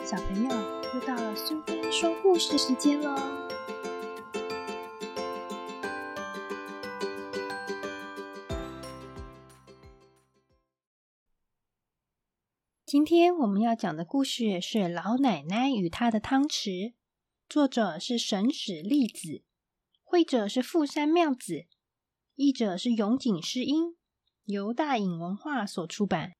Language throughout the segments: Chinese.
小朋友，又到了苏菲说故事时间咯。今天我们要讲的故事是《老奶奶与她的汤匙》，作者是沈史立子，绘者是富山妙子，译者是永井诗音，由大隐文化所出版。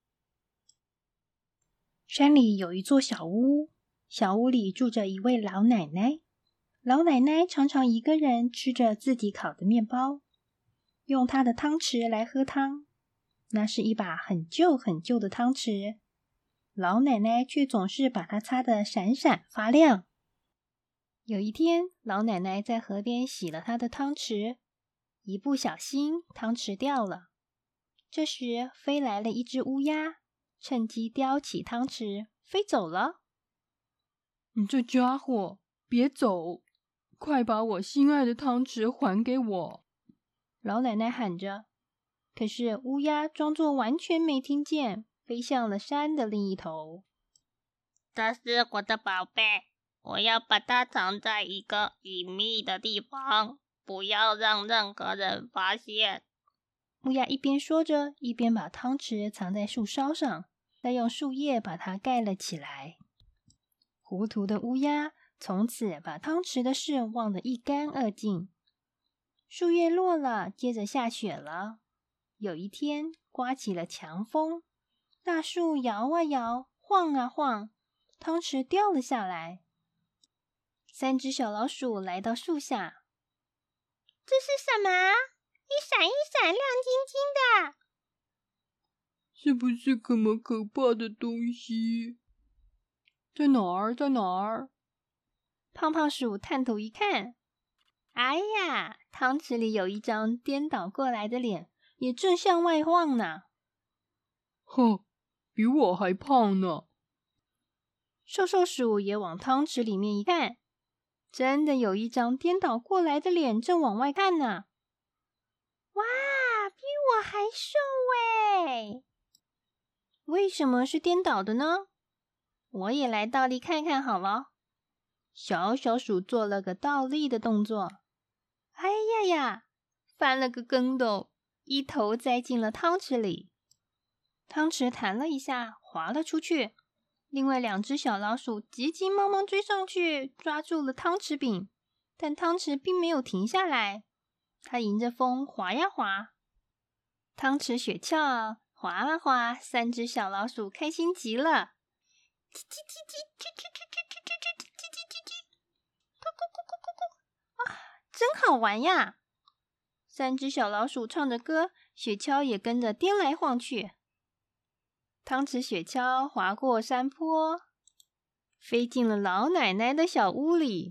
山里有一座小屋，小屋里住着一位老奶奶。老奶奶常常一个人吃着自己烤的面包，用她的汤匙来喝汤。那是一把很旧很旧的汤匙，老奶奶却总是把它擦得闪闪发亮。有一天，老奶奶在河边洗了她的汤匙，一不小心汤匙掉了。这时飞来了一只乌鸦，趁机叼起汤匙飞走了。 你这家伙，别走！快把我心爱的汤匙还给我！ 老奶奶喊着。可是乌鸦装作完全没听见，飞向了山的另一头。 这是我的宝贝，我要把它藏在一个隐秘的地方，不要让任何人发现。 乌鸦一边说着，一边把汤匙藏在树梢上，再用树叶把它盖了起来。糊涂的乌鸦从此把汤匙的事忘得一干二净。树叶落了，接着下雪了。有一天，刮起了强风，大树摇啊摇，晃啊晃，汤匙掉了下来。三只小老鼠来到树下。 这是什么？一闪一闪，亮晶晶的。 是不是什么可怕的东西？在哪儿？在哪儿？ 胖胖鼠探头一看，哎呀，汤匙里有一张颠倒过来的脸，也正向外晃呢。 哼，比我还胖呢。 瘦瘦鼠也往汤匙里面一看，真的有一张颠倒过来的脸正往外看呢。 哇，比我还瘦耶！ 为什么是颠倒的呢？我也来倒立看看好了。小小鼠做了个倒立的动作，哎呀呀，翻了个跟斗，一头栽进了汤匙里。汤匙弹了一下，滑了出去。另外两只小老鼠急急忙忙追上去，抓住了汤匙柄，但汤匙并没有停下来，它迎着风滑呀滑。汤匙雪橇滑啊滑，三只小老鼠开心极了。叽叽叽叽，叽叽叽叽叽叽叽叽叽叽叽，咕咕咕咕咕咕，啊，真好玩呀！三只小老鼠唱着歌，雪橇也跟着颠来晃去。汤匙雪橇滑过山坡，飞进了老奶奶的小屋里。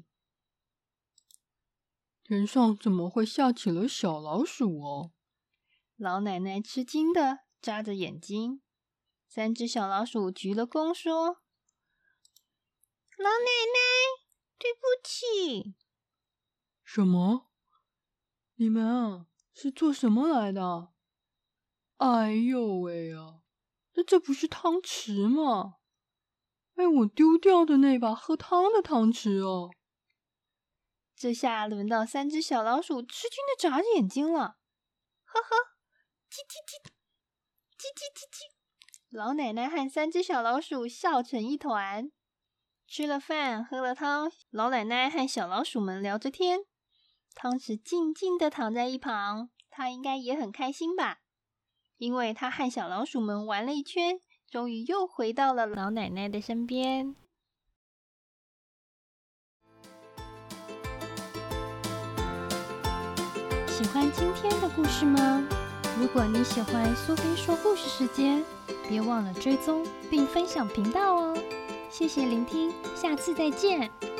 天上怎么会下起了小老鼠哦？ 老奶奶吃惊的眨着眼睛。三只小老鼠鞠了躬说：“ 老奶奶，对不起。” 什么？你们啊，是做什么来的？哎呦喂啊！这不是汤匙吗？哎，我丢掉的那把喝汤的汤匙哦。 这下轮到三只小老鼠吃惊的眨着眼睛了。呵呵，叽叽叽，叽叽叽叽。老奶奶和三只小老鼠笑成一团。吃了饭，喝了汤，老奶奶和小老鼠们聊着天。汤匙静静地躺在一旁，它应该也很开心吧，因为它和小老鼠们玩了一圈，终于又回到了老奶奶的身边。喜欢今天的故事吗？如果你喜欢苏菲说故事时间，别忘了追踪并分享频道哦。谢谢聆听，下次再见。